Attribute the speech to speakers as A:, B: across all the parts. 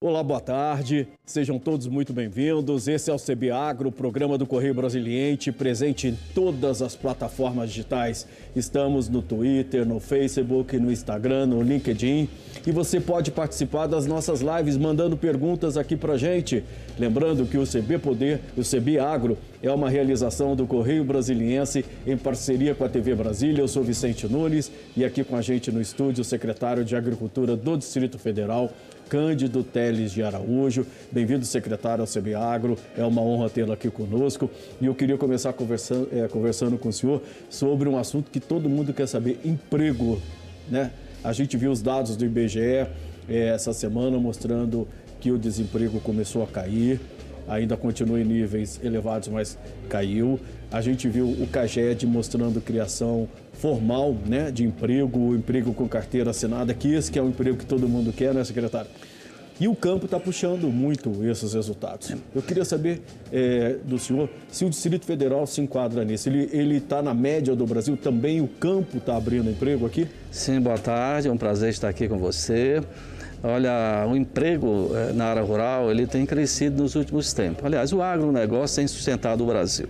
A: Olá, boa tarde, sejam todos muito bem-vindos. Esse é o CB Agro, o programa do Correio Brasiliense, presente em todas as plataformas digitais. Estamos no Twitter, no Facebook, no Instagram, no LinkedIn. E você pode participar das nossas lives mandando perguntas aqui pra gente. Lembrando que o CB Poder, o CB Agro, é uma realização do Correio Brasiliense em parceria com a TV Brasília. Eu sou Vicente Nunes e aqui com a gente no estúdio o secretário de Agricultura do Distrito Federal, Cândido Teles de Araújo. Bem-vindo, secretário, ao CB Agro. É uma honra tê-lo aqui conosco. E eu queria começar conversando com o senhor sobre um assunto que todo mundo quer saber: emprego, né? A gente viu os dados do IBGE essa semana mostrando que o desemprego começou a cair. Ainda continua em níveis elevados, mas caiu. A gente viu o CAGED mostrando criação formal, né, de emprego, emprego com carteira assinada, que esse que é o emprego que todo mundo quer, né, secretário? E o campo está puxando muito esses resultados. Eu queria saber do senhor se o Distrito Federal se enquadra nisso. Ele está na média do Brasil, também o campo está abrindo emprego aqui?
B: Sim, boa tarde, é um prazer estar aqui com você. Olha, o emprego na área rural, ele tem crescido nos últimos tempos. Aliás, o agronegócio tem sustentado o Brasil.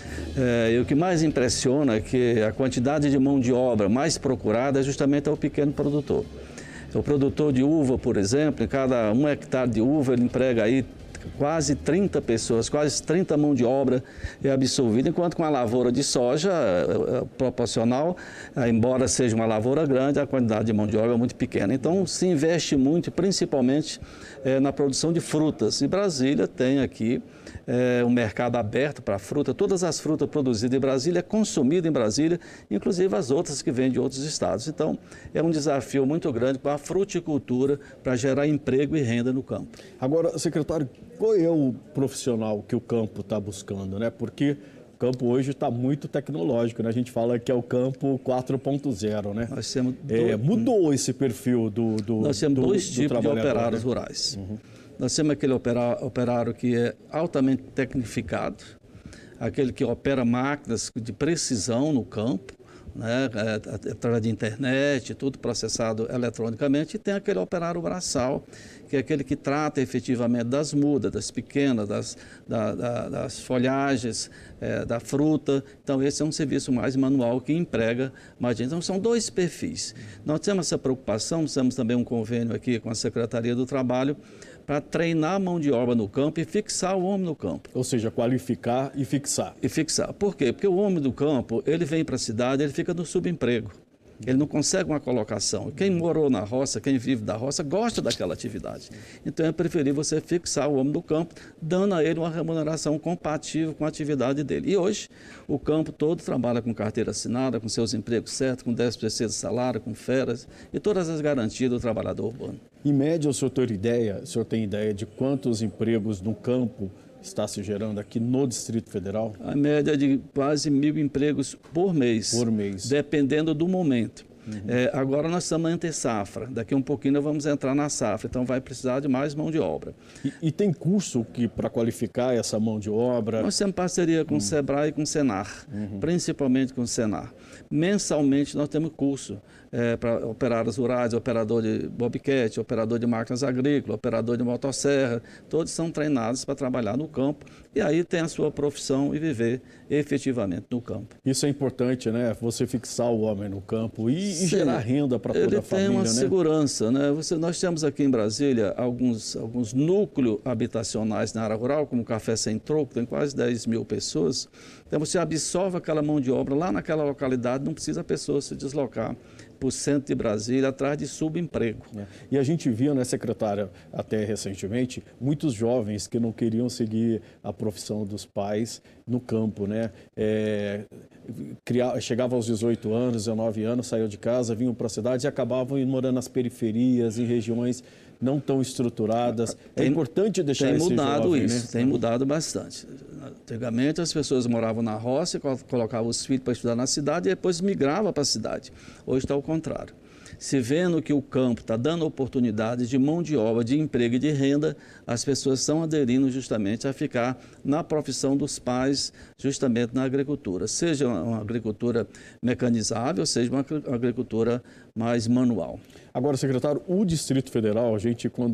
B: E o que mais impressiona é que a quantidade de mão de obra mais procurada é justamente o pequeno produtor. O produtor de uva, por exemplo, em cada 1 hectare de uva, ele emprega aí quase 30 pessoas, quase 30 mão de obra é absorvida, enquanto com a lavoura de soja proporcional, embora seja uma lavoura grande, a quantidade de mão de obra é muito pequena. Então, se investe muito, principalmente na produção de frutas. E Brasília tem aqui um mercado aberto para fruta. Todas as frutas produzidas em Brasília, consumidas em Brasília, inclusive as outras que vêm de outros estados. Então, é um desafio muito grande para a fruticultura, para gerar emprego e renda no campo.
A: Agora, secretário, qual é o profissional que o campo está buscando, né? Porque o campo hoje está muito tecnológico, né? A gente fala que é o campo 4.0, né?
B: Nós temos
A: mudou esse perfil do
B: Nós temos dois tipos de operários rurais.
A: Uhum.
B: Nós temos aquele operário que é altamente tecnificado, aquele que opera máquinas de precisão no campo, né, através de internet, tudo processado eletronicamente, e tem aquele operário braçal, que é aquele que trata efetivamente das mudas, das pequenas, das folhagens, da fruta. Então, esse é um serviço mais manual que emprega mais gente. Então, são dois perfis. Nós temos essa preocupação, temos também um convênio aqui com a Secretaria do Trabalho, para treinar a mão de obra no campo e fixar o homem no campo.
A: Ou seja, qualificar e fixar.
B: E fixar. Por quê? Porque o homem do campo, ele vem para a cidade, ele fica no subemprego. Ele não consegue uma colocação. Quem morou na roça, quem vive da roça, gosta daquela atividade. Então, é preferível você fixar o homem do campo, dando a ele uma remuneração compatível com a atividade dele. E hoje, o campo todo trabalha com carteira assinada, com seus empregos certos, com 10% de salário, com férias e todas as garantias do trabalhador urbano.
A: Em média, o senhor tem ideia de quantos empregos no campo está se gerando aqui no Distrito Federal?
B: A média de quase 1.000 empregos por mês.
A: Por mês.
B: Dependendo do momento. Agora nós estamos na antessafra. Daqui um pouquinho nós vamos entrar na safra. Então vai precisar de mais mão de obra.
A: E tem curso para qualificar essa mão de obra?
B: Nós temos parceria com o Sebrae e com o Senar. Principalmente com o Senar. Mensalmente nós temos curso para operários rurais, operador de bobcat, operador de máquinas agrícolas, operador de motosserra. Todos são treinados para trabalhar no campo e aí tem a sua profissão e viver efetivamente no campo.
A: Isso é importante, né? Você fixar o homem no campo e gerar renda para toda a família,
B: né? Ele tem uma
A: né?
B: segurança, né? Nós temos aqui em Brasília alguns núcleos habitacionais na área rural, como Café Sem Troco, tem quase 10.000 pessoas. Então você absorve aquela mão de obra lá naquela localidade, não precisa a pessoa se deslocar para o centro de Brasília, atrás de subemprego.
A: E a gente viu, né, secretária, até recentemente, muitos jovens que não queriam seguir a profissão dos pais no campo, né? Chegavam aos 18 anos, 19 anos, saíam de casa, vinham para a cidade e acabavam morando nas periferias, em regiões não tão estruturadas. É importante deixar esse jovem,
B: Tem mudado isso,
A: né?
B: tem mudado bastante. Antigamente as pessoas moravam na roça, colocavam os filhos para estudar na cidade e depois migravam para a cidade. Hoje está ao contrário. Se vendo que o campo está dando oportunidades de mão de obra, de emprego e de renda, as pessoas estão aderindo justamente a ficar na profissão dos pais, justamente na agricultura. Seja uma agricultura mecanizável, seja uma agricultura mais manual.
A: Agora, secretário, o Distrito Federal, a gente quando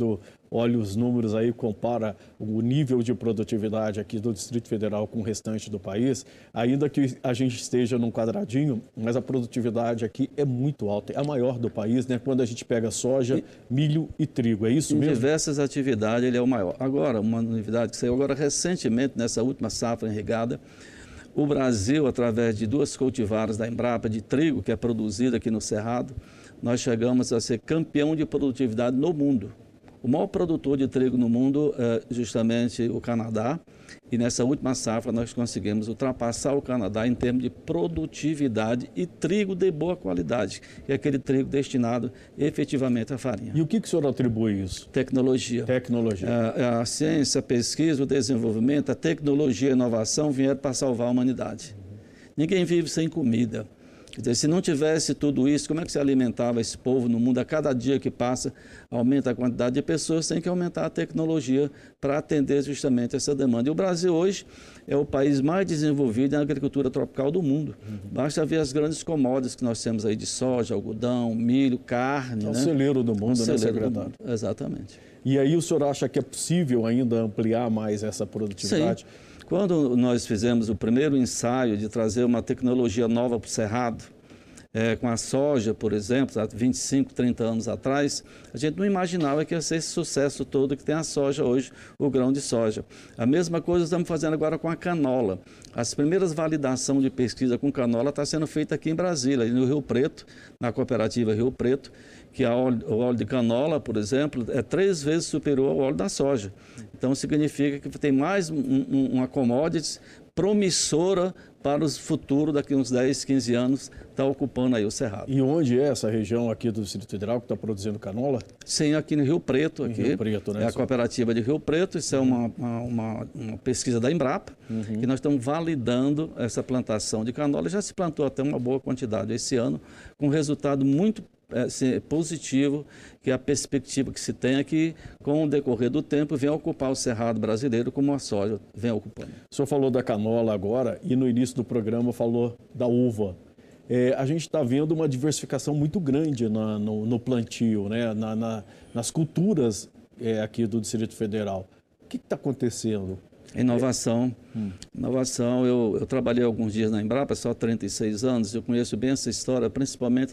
A: olha os números aí, compara o nível de produtividade aqui do Distrito Federal com o restante do país, ainda que a gente esteja num quadradinho, mas a produtividade aqui é muito alta, é a maior do país, né? Quando a gente pega soja, milho e trigo, é isso mesmo?
B: Em diversas atividades ele é o maior. Agora, uma novidade que saiu agora recentemente, nessa última safra irrigada, o Brasil, através de 2 cultivares da Embrapa de trigo, que é produzida aqui no Cerrado, nós chegamos a ser campeão de produtividade no mundo. O maior produtor de trigo no mundo é justamente o Canadá, e nessa última safra nós conseguimos ultrapassar o Canadá em termos de produtividade e trigo de boa qualidade, que é aquele trigo destinado efetivamente à farinha.
A: E o que o senhor atribui isso?
B: Tecnologia.
A: Tecnologia.
B: A ciência, a pesquisa, o desenvolvimento, a tecnologia e a inovação vieram para salvar a humanidade. Ninguém vive sem comida. Quer dizer, se não tivesse tudo isso, como é que se alimentava esse povo no mundo? A cada dia que passa, aumenta a quantidade de pessoas, tem que aumentar a tecnologia para atender justamente essa demanda. E o Brasil hoje é o país mais desenvolvido em agricultura tropical do mundo. Basta ver as grandes commodities que nós temos aí de soja, algodão, milho, carne.
A: É o celeiro do mundo, né, secretário?
B: Exatamente.
A: E aí o senhor acha que é possível ainda ampliar mais essa produtividade?
B: Sim. Quando nós fizemos o primeiro ensaio de trazer uma tecnologia nova para o Cerrado, com a soja, por exemplo, há 25, 30 anos atrás, a gente não imaginava que ia ser esse sucesso todo que tem a soja hoje, o grão de soja. A mesma coisa estamos fazendo agora com a canola. As primeiras validações de pesquisa com canola está sendo feita aqui em Brasília, no Rio Preto, na cooperativa Rio Preto, que o óleo de canola, por exemplo, é 3 vezes superior ao óleo da soja. Então, significa que tem mais uma commodity promissora para o futuro, daqui uns 10, 15 anos, está ocupando aí o Cerrado.
A: E onde é essa região aqui do Distrito Federal que está produzindo canola?
B: Sim, aqui no Rio Preto. Aqui,
A: Rio Preto, né?
B: É a cooperativa de Rio Preto, isso é uma pesquisa da Embrapa, que nós estamos validando essa plantação de canola. Já se plantou até uma boa quantidade esse ano, com resultado muito positivo, que a perspectiva que se tem é que, com o decorrer do tempo, venha ocupar o Cerrado brasileiro como a soja vem ocupando.
A: O senhor falou da canola agora e no início do programa falou da uva. A gente está vendo uma diversificação muito grande no plantio, né? Nas culturas aqui do Distrito Federal. O que está acontecendo?
B: Inovação. Inovação, eu trabalhei alguns dias na Embrapa, só 36 anos, eu conheço bem essa história, principalmente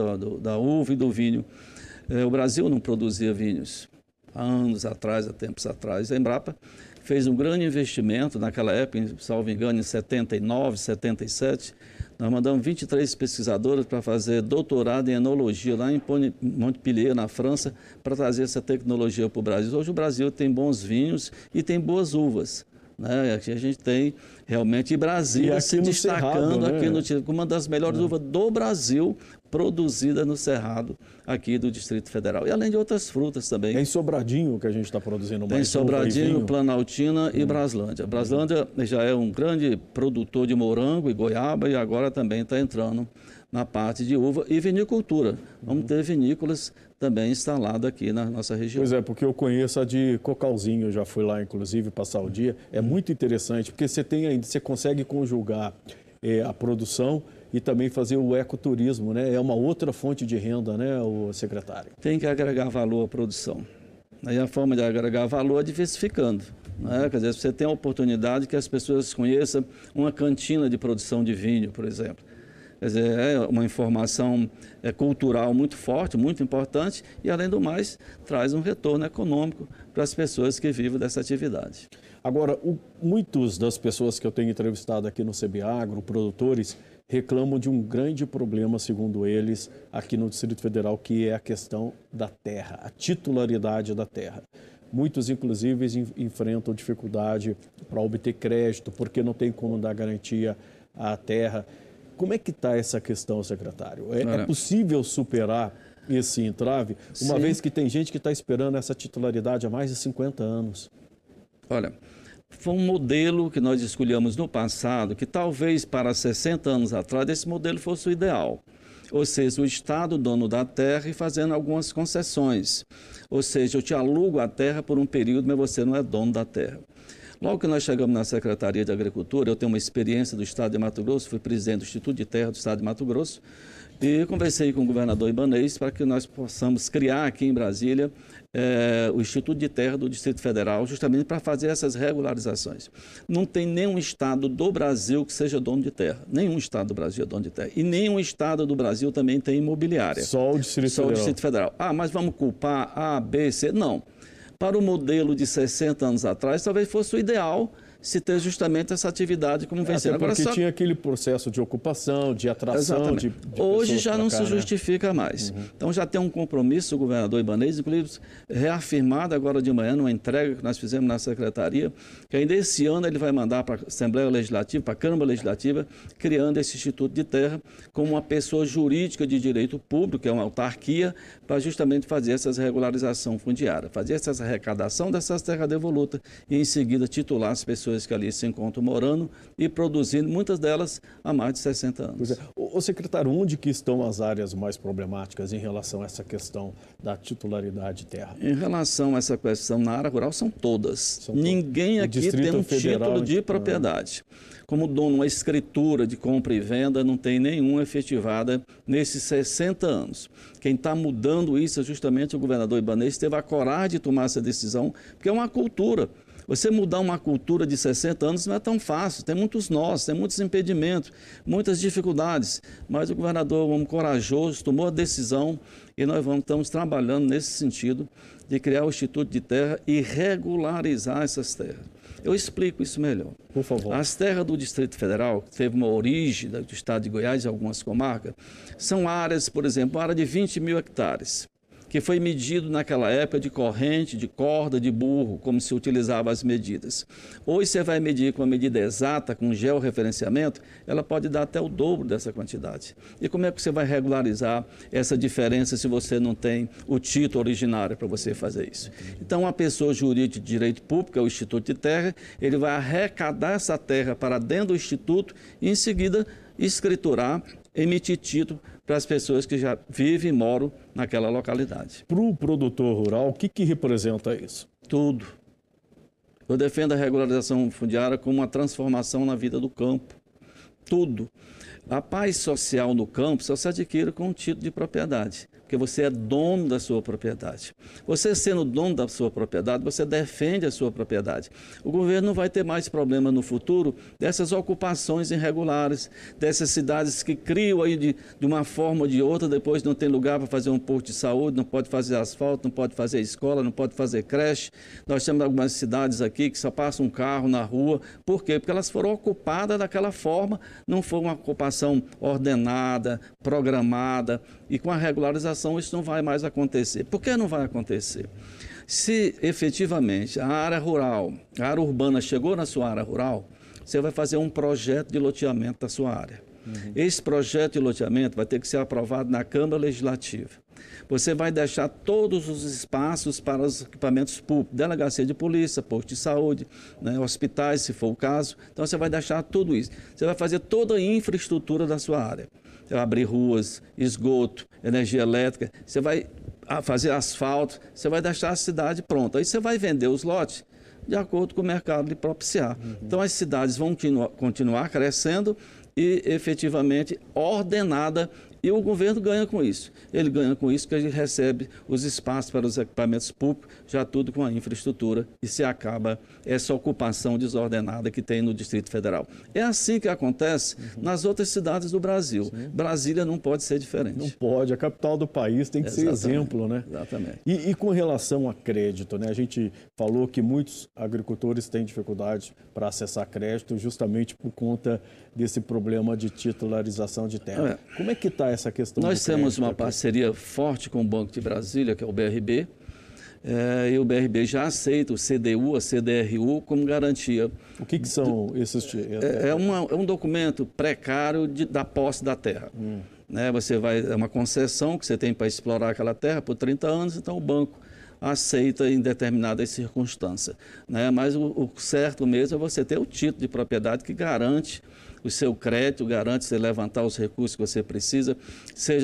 B: da uva e do vinho. O Brasil não produzia vinhos há anos atrás, há tempos atrás. A Embrapa fez um grande investimento naquela época, salvo engano, em 79, 77. Nós mandamos 23 pesquisadores para fazer doutorado em enologia lá em Montpellier, na França, para trazer essa tecnologia para o Brasil. Hoje o Brasil tem bons vinhos e tem boas uvas. Né? Aqui a gente tem realmente Brasília se destacando aqui no Cerrado, como uma das melhores uvas do Brasil, produzida no Cerrado, aqui do Distrito Federal. E além de outras frutas também.
A: É em Sobradinho que a gente está produzindo mais.
B: Tem Sobradinho, Planaltina e Braslândia. Braslândia já é um grande produtor de morango e goiaba e agora também está entrando na parte de uva e vinicultura. Vamos ter vinícolas também instaladas aqui na nossa região.
A: Pois é, porque eu conheço a de Cocalzinho, já fui lá inclusive passar o dia. É muito interessante, porque você consegue conjugar a produção e também fazer o ecoturismo, né? É uma outra fonte de renda, né, o secretário?
B: Tem que agregar valor à produção. Aí a forma de agregar valor é diversificando. Né? Quer dizer, você tem a oportunidade que as pessoas conheçam uma cantina de produção de vinho, por exemplo. Quer dizer, é uma informação cultural muito forte, muito importante e, além do mais, traz um retorno econômico para as pessoas que vivem dessa atividade.
A: Agora, muitas das pessoas que eu tenho entrevistado aqui no CBAgro, produtores, reclamam de um grande problema, segundo eles, aqui no Distrito Federal, que é a questão da terra, a titularidade da terra. Muitos, inclusive, enfrentam dificuldade para obter crédito, porque não tem como dar garantia à terra. Como é que está essa questão, secretário? É possível superar esse entrave, uma vez que tem gente que está esperando essa titularidade há mais de 50 anos?
B: Olha, foi um modelo que nós escolhemos no passado, que talvez para 60 anos atrás esse modelo fosse o ideal. Ou seja, o Estado dono da terra e fazendo algumas concessões. Ou seja, eu te alugo a terra por um período, mas você não é dono da terra. Logo que nós chegamos na Secretaria de Agricultura, eu tenho uma experiência do Estado de Mato Grosso, fui presidente do Instituto de Terra do Estado de Mato Grosso, e conversei com o governador Ibanez para que nós possamos criar aqui em Brasília o Instituto de Terra do Distrito Federal, justamente para fazer essas regularizações. Não tem nenhum estado do Brasil que seja dono de terra. Nenhum estado do Brasil é dono de terra. E nenhum estado do Brasil também tem imobiliária.
A: Só o Distrito Federal.
B: Só o Distrito Federal. Ah, mas vamos culpar A, B, C? Não. Para o modelo de 60 anos atrás, talvez fosse o ideal se ter justamente essa atividade como vem sendo.
A: Agora, porque tinha aquele processo de ocupação, de atração, de
B: hoje já não se
A: né?
B: justifica mais. Então já tem um compromisso o governador Ibanez, inclusive reafirmado agora de manhã numa entrega que nós fizemos na Secretaria, que ainda esse ano ele vai mandar para a Assembleia Legislativa, para a Câmara Legislativa, criando esse Instituto de Terra como uma pessoa jurídica de direito público, que é uma autarquia, para justamente fazer essas regularização fundiária, fazer essa arrecadação dessas terras devolutas e em seguida titular as pessoas que ali se encontram morando e produzindo, muitas delas há mais de 60 anos.
A: Pois é. Ô, secretário, onde que estão as áreas mais problemáticas em relação a essa questão da titularidade de terra?
B: Em relação a essa questão na área rural, são todas. Ninguém aqui tem um título de propriedade. Como dono, uma escritura de compra e venda, não tem nenhuma efetivada nesses 60 anos. Quem está mudando isso é justamente o governador Ibanez, teve a coragem de tomar essa decisão, porque é uma cultura. Você mudar uma cultura de 60 anos não é tão fácil, tem muitos nós, tem muitos impedimentos, muitas dificuldades, mas o governador, um homem corajoso, tomou a decisão e nós estamos trabalhando nesse sentido de criar o Instituto de Terra e regularizar essas terras. Eu explico isso melhor.
A: Por favor.
B: As terras do Distrito Federal, que teve uma origem do estado de Goiás e algumas comarcas, são áreas, por exemplo, uma área de 20 mil hectares. Que foi medido naquela época de corrente, de corda, de burro, como se utilizava as medidas. Hoje você vai medir com a medida exata, com georreferenciamento, ela pode dar até o dobro dessa quantidade. E como é que você vai regularizar essa diferença se você não tem o título originário para você fazer isso? Então, uma pessoa jurídica de direito público, é o Instituto de Terra, ele vai arrecadar essa terra para dentro do Instituto e, em seguida, escriturar, emitir título para as pessoas que já vivem e moram naquela localidade.
A: Para o produtor rural, o que representa isso?
B: Tudo. Eu defendo a regularização fundiária como uma transformação na vida do campo. Tudo. A paz social no campo só se adquire com um título de propriedade, porque você é dono da sua propriedade. Você sendo dono da sua propriedade, você defende a sua propriedade. O governo não vai ter mais problema no futuro dessas ocupações irregulares, dessas cidades que criam aí de uma forma ou de outra, depois não tem lugar para fazer um posto de saúde, não pode fazer asfalto, não pode fazer escola, não pode fazer creche. Nós temos algumas cidades aqui que só passa um carro na rua. Por quê? Porque elas foram ocupadas daquela forma, não foi uma ocupação ordenada, programada, e com a regularização isso não vai mais acontecer. Por que não vai acontecer? Se efetivamente a área rural, a área urbana chegou na sua área rural, você vai fazer um projeto de loteamento da sua área. Esse projeto de loteamento vai ter que ser aprovado na Câmara Legislativa. Você vai deixar todos os espaços para os equipamentos públicos, delegacia de polícia, posto de saúde, né, hospitais, se for o caso. Então, você vai deixar tudo isso. Você vai fazer toda a infraestrutura da sua área. Você vai abrir ruas, esgoto, energia elétrica, você vai fazer asfalto, você vai deixar a cidade pronta. Aí você vai vender os lotes de acordo com o mercado lhe propiciar. Então, as cidades vão continuar crescendo e, efetivamente, ordenada. E o governo ganha com isso. Ele ganha com isso porque ele recebe os espaços para os equipamentos públicos, já tudo com a infraestrutura, e se acaba essa ocupação desordenada que tem no Distrito Federal. É assim que acontece nas outras cidades do Brasil. Sim. Brasília não pode ser diferente.
A: Não pode. A capital do país tem que ser exemplo, né?
B: Exatamente.
A: E com relação a crédito, né? A gente falou que muitos agricultores têm dificuldade para acessar crédito justamente por conta desse problema de titularização de terra. Como é que está essa questão?
B: Nós temos uma parceria forte com o Banco de Brasília, que é o BRB, e o BRB já aceita o CDU, a CDRU como garantia.
A: O que são esses?
B: É um documento precário da posse da terra. Né? É uma concessão que você tem para explorar aquela terra por 30 anos, então o banco aceita em determinadas circunstâncias. Né? Mas o certo mesmo é você ter o título de propriedade que garante o seu crédito, garante você levantar os recursos que você precisa, seja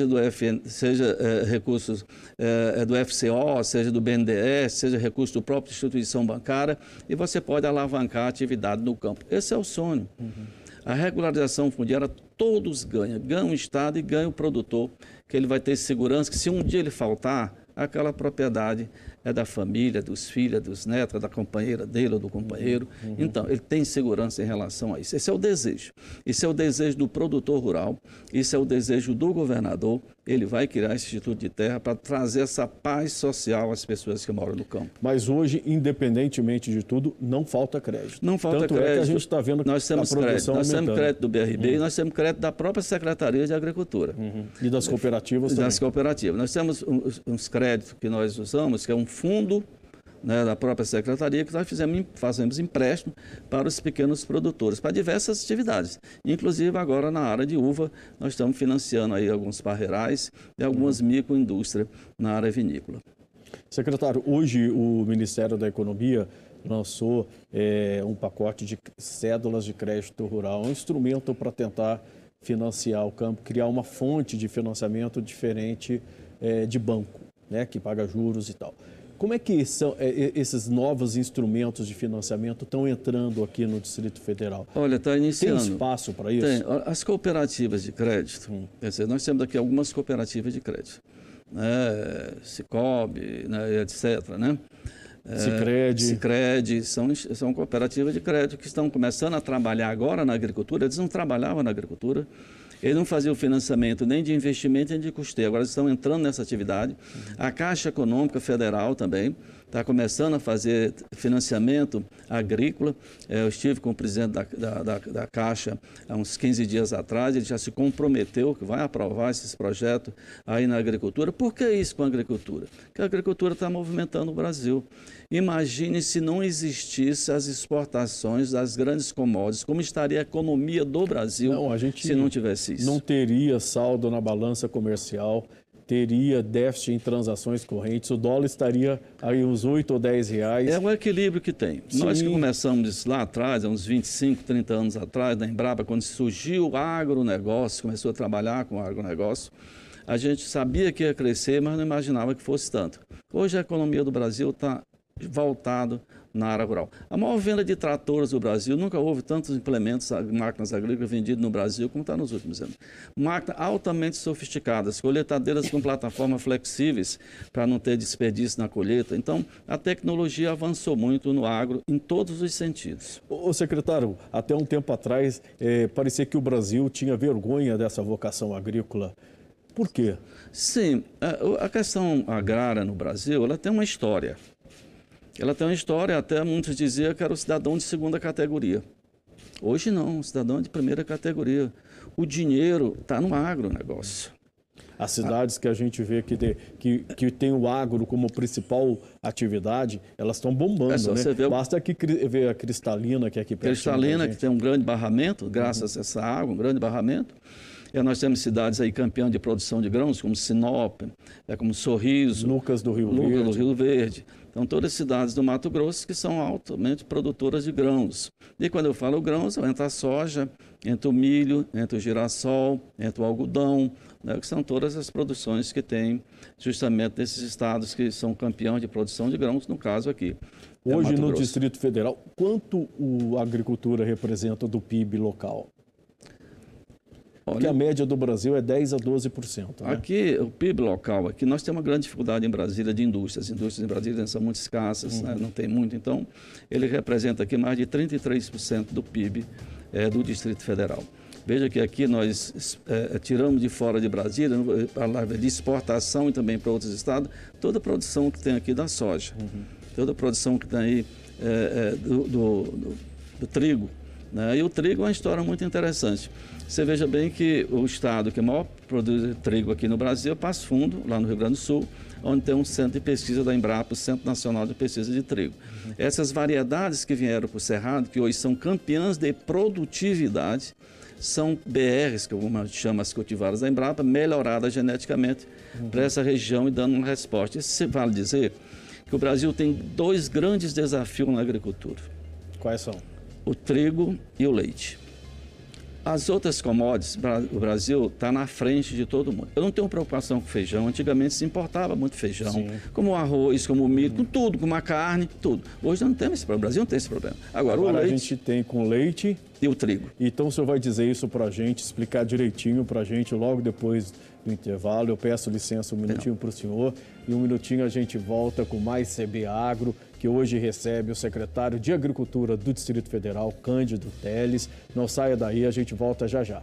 B: recursos do FCO, seja do BNDES, seja recurso do próprio instituição bancária, e você pode alavancar a atividade no campo. Esse é o sonho. A regularização fundiária, todos ganham. Ganha o Estado e ganha o produtor, que ele vai ter segurança que se um dia ele faltar, aquela propriedade é da família, dos filhos, dos netos, da companheira dele ou do companheiro. Então, ele tem segurança em relação a isso. Esse é o desejo. Esse é o desejo do produtor rural, esse é o desejo do governador. Ele vai criar esse Instituto de Terra para trazer essa paz social às pessoas que moram no campo.
A: Mas hoje, independentemente de tudo, não falta crédito.
B: Não falta crédito.
A: É que a gente está vendo
B: nós temos
A: a produção
B: crédito. Nós temos crédito do BRB e nós temos crédito da própria Secretaria de Agricultura.
A: E das cooperativas também.
B: Das cooperativas. Nós temos uns créditos que nós usamos, que é um fundo, né, da própria Secretaria, que nós fazemos empréstimo para os pequenos produtores, para diversas atividades. Inclusive, agora, na área de uva, nós estamos financiando aí alguns parreirais e algumas microindústrias na área vinícola.
A: Secretário, hoje o Ministério da Economia lançou um pacote de cédulas de crédito rural, um instrumento para tentar financiar o campo, criar uma fonte de financiamento diferente de banco, né, que paga juros e tal. Como é que são esses novos instrumentos de financiamento estão entrando aqui no Distrito Federal?
B: Olha, está iniciando.
A: Tem espaço para isso?
B: Tem. As cooperativas de crédito, quer dizer, nós temos aqui algumas cooperativas de crédito, né? Cicobi, né, etc., né? Sicredi, são cooperativas de crédito que estão começando a trabalhar agora na agricultura. Eles não trabalhavam na agricultura, eles não faziam financiamento nem de investimento nem de custeio, agora estão entrando nessa atividade. A Caixa Econômica Federal também está começando a fazer financiamento agrícola. Eu estive com o presidente da Caixa há uns 15 dias atrás, ele já se comprometeu que vai aprovar esses projetos aí na agricultura. Por que isso com a agricultura? Porque a agricultura está movimentando o Brasil. Imagine se não existisse as exportações das grandes commodities, como estaria a economia do Brasil se não tivesse isso?
A: Não teria saldo na balança comercial, teria déficit em transações correntes, o dólar estaria aí uns 8 ou 10 reais.
B: É o equilíbrio que tem. Sim. Nós que começamos isso lá atrás, há uns 25, 30 anos atrás, na Embrapa, quando surgiu o agronegócio, começou a trabalhar com o agronegócio, a gente sabia que ia crescer, mas não imaginava que fosse tanto. Hoje a economia do Brasil está voltado na área rural. A maior venda de tratores do Brasil, nunca houve tantos implementos, máquinas agrícolas vendidas no Brasil como está nos últimos anos. Máquinas altamente sofisticadas, colheitadeiras com plataformas flexíveis para não ter desperdício na colheita. Então, a tecnologia avançou muito no agro em todos os sentidos.
A: Ô secretário, até um tempo atrás, parecia que o Brasil tinha vergonha dessa vocação agrícola. Por quê?
B: Sim, a questão agrária no Brasil, ela tem uma história. Ela tem uma história, até muitos diziam que era o cidadão de segunda categoria. Hoje não, o cidadão de primeira categoria. O dinheiro está no agronegócio.
A: As cidades que a gente vê que tem o agro como principal atividade, elas estão bombando, né? Você vê Basta que ver a Cristalina, que é aqui perto.
B: Cristalina, que tem um grande barramento, graças a essa água, um grande barramento. E nós temos cidades aí campeãs de produção de grãos, como Sinop, como Sorriso,
A: Lucas do Rio
B: Verde. Então, todas as cidades do Mato Grosso que são altamente produtoras de grãos. E quando eu falo grãos, entra a soja, entra o milho, entra o girassol, entra o algodão, né, que são todas as produções que tem justamente nesses estados que são campeões de produção de grãos, no caso aqui.
A: Hoje, no Distrito Federal, quanto a agricultura representa do PIB local? Porque a média do Brasil é 10% a 12%. Né?
B: Aqui, o PIB local, aqui nós temos uma grande dificuldade em Brasília de indústrias. As indústrias em Brasília são muito escassas, né? Não tem muito. Então, ele representa aqui mais de 33% do PIB do Distrito Federal. Veja que aqui nós tiramos de fora de Brasília, de exportação e também para outros estados, toda a produção que tem aqui da soja, toda a produção que tem aí do trigo. Né? E o trigo é uma história muito interessante. Você veja bem que o estado que maior produz trigo aqui no Brasil é Passo Fundo, lá no Rio Grande do Sul, onde tem um centro de pesquisa da Embrapa, o Centro Nacional de Pesquisa de Trigo. Essas variedades que vieram para o Cerrado, que hoje são campeãs de produtividade, são BRs, que algumas chamam as cultivares da Embrapa, melhoradas geneticamente para essa região e dando uma resposta. Isso vale dizer que o Brasil tem dois grandes desafios na agricultura.
A: Quais são?
B: O trigo e o leite. As outras commodities, o Brasil está na frente de todo mundo. Eu não tenho preocupação com feijão. Antigamente se importava muito feijão, sim, como o arroz, como o milho, com tudo, como a carne, tudo. Hoje não temos esse problema. O Brasil não tem esse problema. Agora o leite,
A: a gente tem com leite
B: e o trigo.
A: Então o senhor vai dizer isso para a gente, explicar direitinho para a gente logo depois do intervalo. Eu peço licença um minutinho para o senhor e um minutinho a gente volta com mais CB Agro, que hoje recebe o secretário de Agricultura do Distrito Federal, Cândido Telles. Não saia daí, a gente volta já já.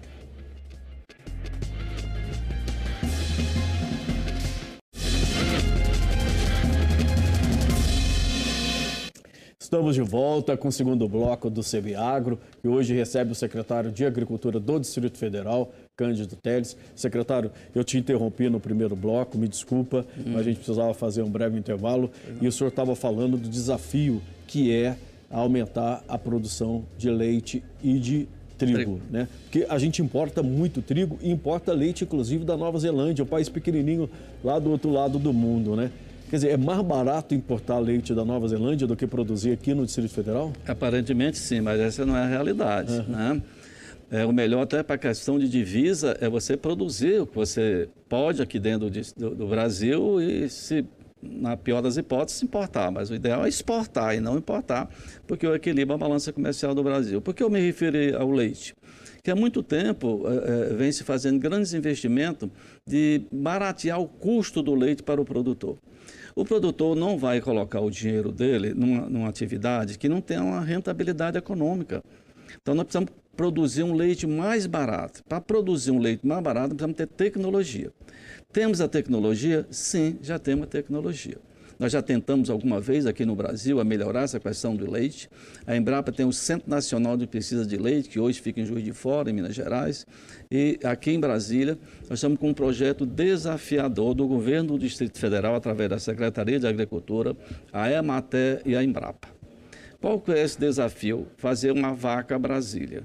A: Estamos de volta com o segundo bloco do CB Agro, que hoje recebe o secretário de Agricultura do Distrito Federal, Cândido Telles. Secretário, eu te interrompi no primeiro bloco, me desculpa, mas a gente precisava fazer um breve intervalo. E o senhor estava falando do desafio que é aumentar a produção de leite e de trigo, né? Porque a gente importa muito trigo e importa leite, inclusive, da Nova Zelândia, um país pequenininho lá do outro lado do mundo, né? Quer dizer, é mais barato importar leite da Nova Zelândia do que produzir aqui no Distrito Federal?
B: Aparentemente sim, mas essa não é a realidade, né? O melhor até para a questão de divisa é você produzir o que você pode aqui dentro do Brasil e, se na pior das hipóteses, importar. Mas o ideal é exportar e não importar, porque o equilíbrio a balança comercial do Brasil. Por que eu me referi ao leite? Que há muito tempo vem se fazendo grandes investimentos de baratear o custo do leite para o produtor. O produtor não vai colocar o dinheiro dele numa atividade que não tem uma rentabilidade econômica. Então, nós precisamos produzir um leite mais barato. Para produzir um leite mais barato, nós precisamos ter tecnologia. Temos a tecnologia? Sim, já temos a tecnologia. Nós já tentamos alguma vez aqui no Brasil a melhorar essa questão do leite. A Embrapa tem o Centro Nacional de Pesquisa de Leite, que hoje fica em Juiz de Fora, em Minas Gerais. E aqui em Brasília, nós estamos com um projeto desafiador do governo do Distrito Federal, através da Secretaria de Agricultura, a Emater e a Embrapa. Qual que é esse desafio? Fazer uma vaca Brasília.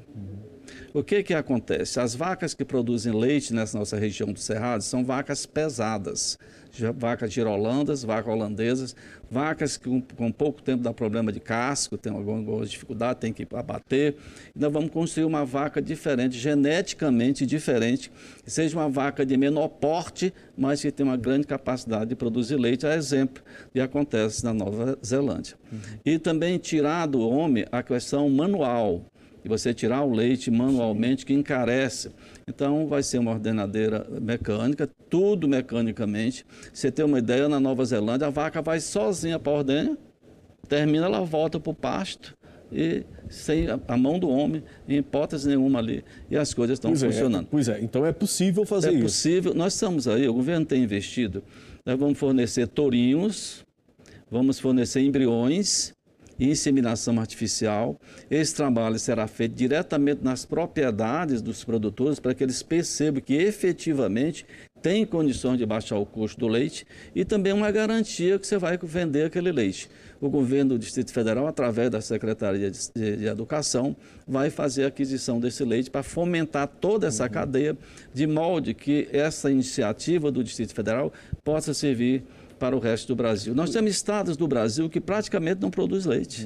B: O que acontece? As vacas que produzem leite nessa nossa região do Cerrado são vacas pesadas, vacas girolandas, vacas holandesas, vacas que com pouco tempo dá problema de casco, tem alguma dificuldade, tem que abater. E nós vamos construir uma vaca diferente, geneticamente diferente, que seja uma vaca de menor porte, mas que tem uma grande capacidade de produzir leite, a exemplo que acontece na Nova Zelândia. E também tirar do homem a questão manual, e você tirar o leite manualmente, que encarece. Então, vai ser uma ordenadeira mecânica, tudo mecanicamente. Você tem uma ideia, na Nova Zelândia, a vaca vai sozinha para a ordenha, termina, ela volta para o pasto, e sem a mão do homem, em hipótese nenhuma ali, e as coisas estão funcionando.
A: Pois é, então é possível fazer isso.
B: É possível, nós estamos aí, o governo tem investido, nós vamos fornecer tourinhos, vamos fornecer embriões, inseminação artificial. Esse trabalho será feito diretamente nas propriedades dos produtores para que eles percebam que efetivamente tem condições de baixar o custo do leite e também uma garantia que você vai vender aquele leite. O governo do Distrito Federal, através da Secretaria de Educação, vai fazer a aquisição desse leite para fomentar toda essa cadeia, de modo que essa iniciativa do Distrito Federal possa servir para o resto do Brasil. Nós temos estados do Brasil que praticamente não produzem leite.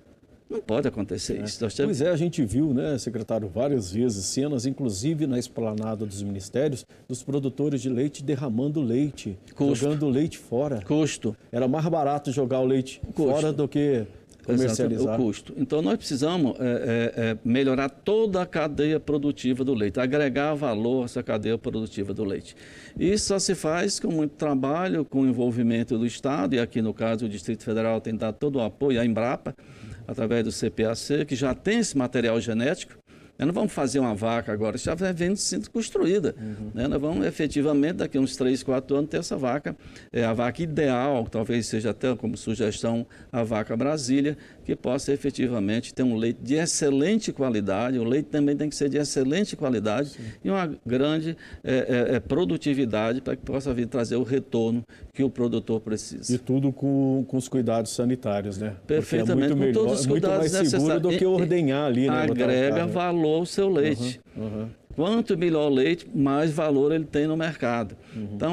B: Não pode acontecer isso.
A: Pois é, a gente viu, né, secretário, várias vezes cenas, inclusive na esplanada dos ministérios, dos produtores de leite derramando leite, jogando leite fora.
B: Custo.
A: Era mais barato jogar o leite fora do que comercializar.
B: Exato, o custo. Então, nós precisamos melhorar toda a cadeia produtiva do leite, agregar valor a essa cadeia produtiva do leite. Isso só se faz com muito trabalho, com o envolvimento do Estado, e aqui no caso o Distrito Federal tem dado todo o apoio à Embrapa, através do CPAC, que já tem esse material genético. Nós não vamos fazer uma vaca agora, já vem sendo construída. Nós vamos efetivamente, daqui a uns 3, 4 anos, ter essa vaca. É a vaca ideal, talvez seja até como sugestão a vaca Brasília, que possa efetivamente ter um leite de excelente qualidade. O leite também tem que ser de excelente qualidade e uma grande produtividade para que possa vir trazer o retorno que o produtor precisa.
A: E tudo com os cuidados sanitários, né?
B: Perfeitamente,
A: com todos os cuidados necessários. Muito mais seguro do que ordenhar ali, né?
B: Agrega valor ao seu leite. Quanto melhor o leite, mais valor ele tem no mercado. Então,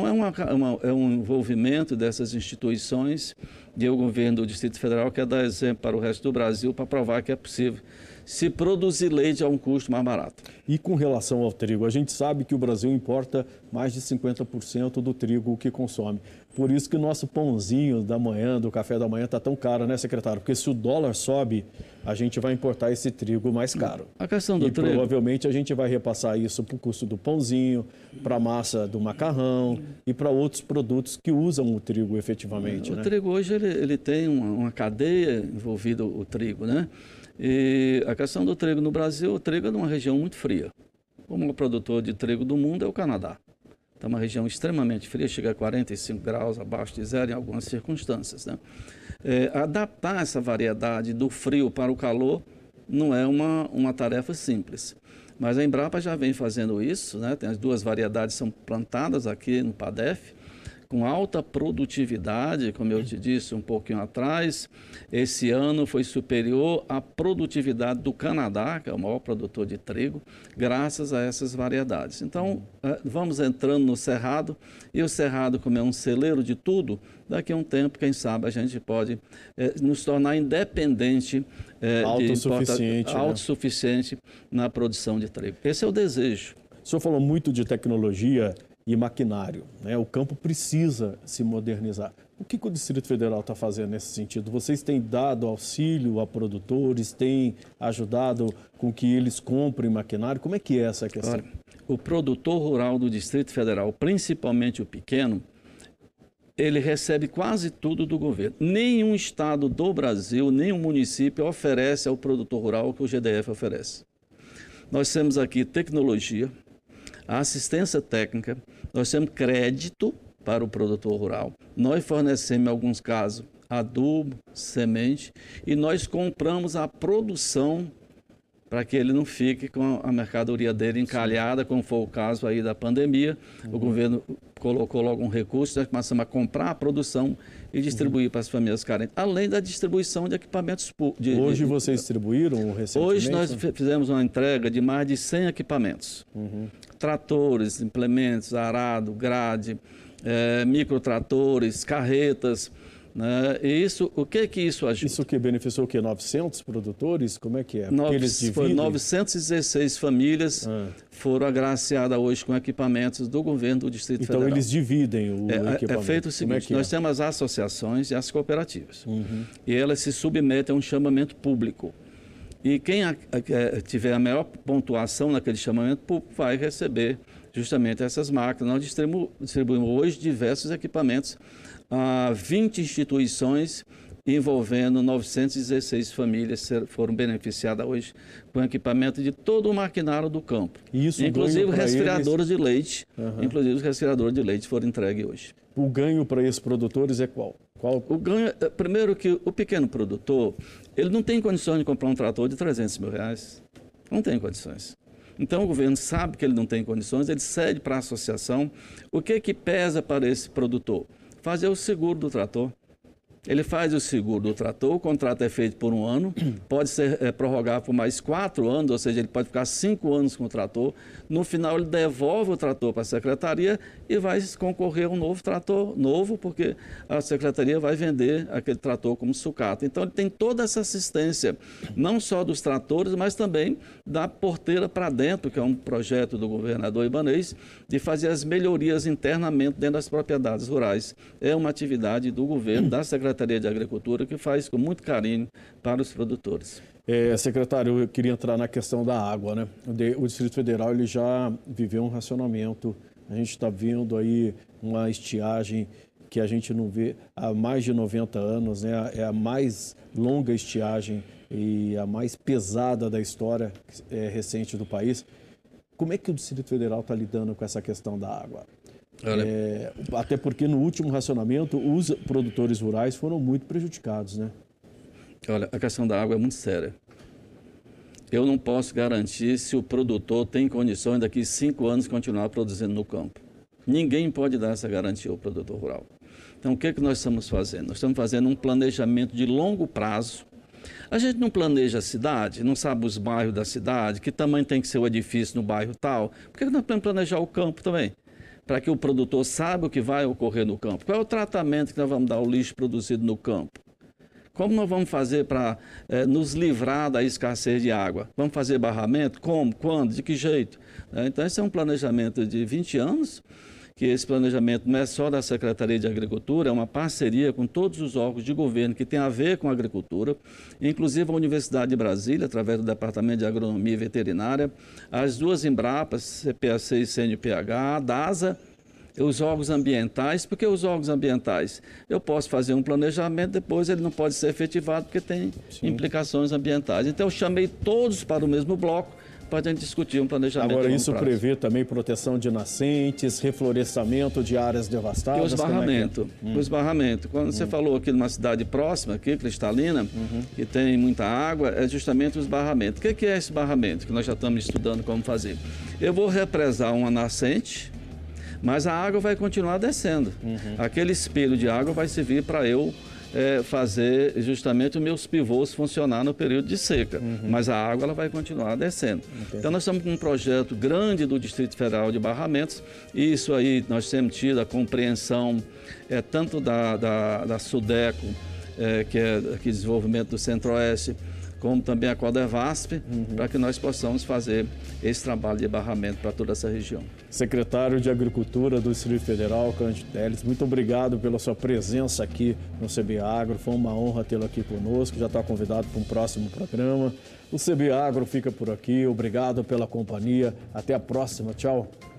B: é um envolvimento dessas instituições e o governo do Distrito Federal quer dar exemplo para o resto do Brasil para provar que é possível se produzir leite a um custo mais barato.
A: E com relação ao trigo, a gente sabe que o Brasil importa mais de 50% do trigo que consome. Por isso que o nosso pãozinho da manhã, do café da manhã, está tão caro, né, secretário? Porque se o dólar sobe, a gente vai importar esse trigo mais caro.
B: A questão do trigo...
A: provavelmente a gente vai repassar isso para o custo do pãozinho, para a massa do macarrão e para outros produtos que usam o trigo efetivamente.
B: O trigo hoje ele tem uma cadeia envolvida o trigo, né? E a questão do trigo no Brasil, o trigo é de uma região muito fria. O maior produtor de trigo do mundo é o Canadá. É uma região extremamente fria, chega a 45 graus abaixo de zero em algumas circunstâncias, né? Adaptar essa variedade do frio para o calor não é uma tarefa simples. Mas a Embrapa já vem fazendo isso, né? Tem as duas variedades são plantadas aqui no PADEF, com alta produtividade, como eu te disse um pouquinho atrás. Esse ano foi superior à produtividade do Canadá, que é o maior produtor de trigo, graças a essas variedades. Então, vamos entrando no Cerrado, e o Cerrado, como é um celeiro de tudo, daqui a um tempo, quem sabe, a gente pode nos tornar independente, autossuficiente na produção de trigo. Esse é o desejo.
A: O senhor falou muito de tecnologia e maquinário, né? O campo precisa se modernizar. O que o Distrito Federal está fazendo nesse sentido? Vocês têm dado auxílio a produtores, têm ajudado com que eles comprem maquinário? Como é que é essa questão?
B: Olha, o produtor rural do Distrito Federal, principalmente o pequeno, ele recebe quase tudo do governo. Nenhum estado do Brasil, nenhum município oferece ao produtor rural o que o GDF oferece. Nós temos aqui tecnologia, a assistência técnica, nós temos crédito para o produtor rural, nós fornecemos, em alguns casos, adubo, semente, e nós compramos a produção para que ele não fique com a mercadoria dele encalhada, como foi o caso aí da pandemia. O governo colocou logo um recurso, nós começamos a comprar a produção e distribuir para as famílias carentes, além da distribuição de equipamentos públicos.
A: Hoje vocês distribuíram recentemente?
B: Hoje nós fizemos uma entrega de mais de 100 equipamentos. Tratores, implementos, arado, grade, microtratores, carretas, né? E isso, o que isso ajuda?
A: Isso que beneficiou o quê? 900 produtores? Como é que é?
B: Foi 916 famílias foram agraciadas hoje com equipamentos do governo do Distrito Federal.
A: Então eles dividem o equipamento?
B: É feito o seguinte, nós temos as associações e as cooperativas. E elas se submetem a um chamamento público. E quem tiver a maior pontuação naquele chamamento público vai receber justamente essas máquinas. Nós distribuímos hoje diversos equipamentos a 20 instituições envolvendo 916 famílias foram beneficiadas hoje com equipamento de todo o maquinário do campo. Inclusive resfriadores de leite. Inclusive os resfriadores de leite foram entregues hoje.
A: O ganho para esses produtores é qual?
B: O ganho, primeiro que o pequeno produtor, ele não tem condições de comprar um trator de 300 mil reais. Não tem condições. Então o governo sabe que ele não tem condições, ele cede para a associação. O que pesa para esse produtor? Fazer o seguro do trator. Ele faz o seguro do trator, o contrato é feito por 1 ano, pode ser prorrogado por mais 4 anos, ou seja, ele pode ficar 5 anos com o trator. No final, ele devolve o trator para a secretaria e vai concorrer a um novo trator novo, porque a secretaria vai vender aquele trator como sucata. Então, ele tem toda essa assistência, não só dos tratores, mas também da porteira para dentro, que é um projeto do governador Ibanez, de fazer as melhorias internamente dentro das propriedades rurais. É uma atividade do governo, da Secretaria de Agricultura, que faz com muito carinho para os produtores.
A: Secretário, eu queria entrar na questão da água, né? O Distrito Federal ele já viveu um racionamento. A gente está vendo aí uma estiagem que a gente não vê há mais de 90 anos, né? É a mais longa estiagem e a mais pesada da história recente do país. Como é que o Distrito Federal está lidando com essa questão da água? Até porque no último racionamento os produtores rurais foram muito prejudicados, né?
B: Olha, a questão da água é muito séria. Eu não posso garantir se o produtor tem condições daqui a 5 anos continuar produzindo no campo. Ninguém pode dar essa garantia ao produtor rural. Então, o que nós estamos fazendo? Nós estamos fazendo um planejamento de longo prazo. A gente não planeja a cidade, não sabe os bairros da cidade, que tamanho tem que ser o edifício no bairro tal. Por que nós podemos planejar o campo também? Para que o produtor saiba o que vai ocorrer no campo. Qual é o tratamento que nós vamos dar ao lixo produzido no campo? Como nós vamos fazer para nos livrar da escassez de água? Vamos fazer barramento? Como? Quando? De que jeito? Então, esse é um planejamento de 20 anos, que esse planejamento não é só da Secretaria de Agricultura, é uma parceria com todos os órgãos de governo que tem a ver com a agricultura, inclusive a Universidade de Brasília, através do Departamento de Agronomia e Veterinária, as duas Embrapas, CPAC e CNPH, a DASA, os órgãos ambientais. Por que os órgãos ambientais? Eu posso fazer um planejamento, depois ele não pode ser efetivado porque tem implicações ambientais. Então, eu chamei todos para o mesmo bloco, para a gente discutir um planejamento.
A: Agora, isso prevê também proteção de nascentes, reflorestamento de áreas devastadas?
B: E o esbarramento. O esbarramento. Quando você falou aqui numa cidade próxima, aqui, Cristalina, que tem muita água, é justamente o esbarramento. O que é esse esbarramento? Que nós já estamos estudando como fazer. Eu vou represar uma nascente, mas a água vai continuar descendo. Aquele espelho de água vai servir para eu fazer justamente os meus pivôs funcionar no período de seca, mas a água ela vai continuar descendo. Então nós estamos com um projeto grande do Distrito Federal de barramentos, e isso aí nós temos tido a compreensão tanto da Sudeco, que é aqui desenvolvimento do Centro-Oeste, como também a Codevasp, para que nós possamos fazer esse trabalho de barramento para toda essa região.
A: Secretário de Agricultura do Distrito Federal, Cândido Teles, muito obrigado pela sua presença aqui no CB Agro. Foi uma honra tê-lo aqui conosco. Já está convidado para um próximo programa. O CB Agro fica por aqui. Obrigado pela companhia. Até a próxima. Tchau.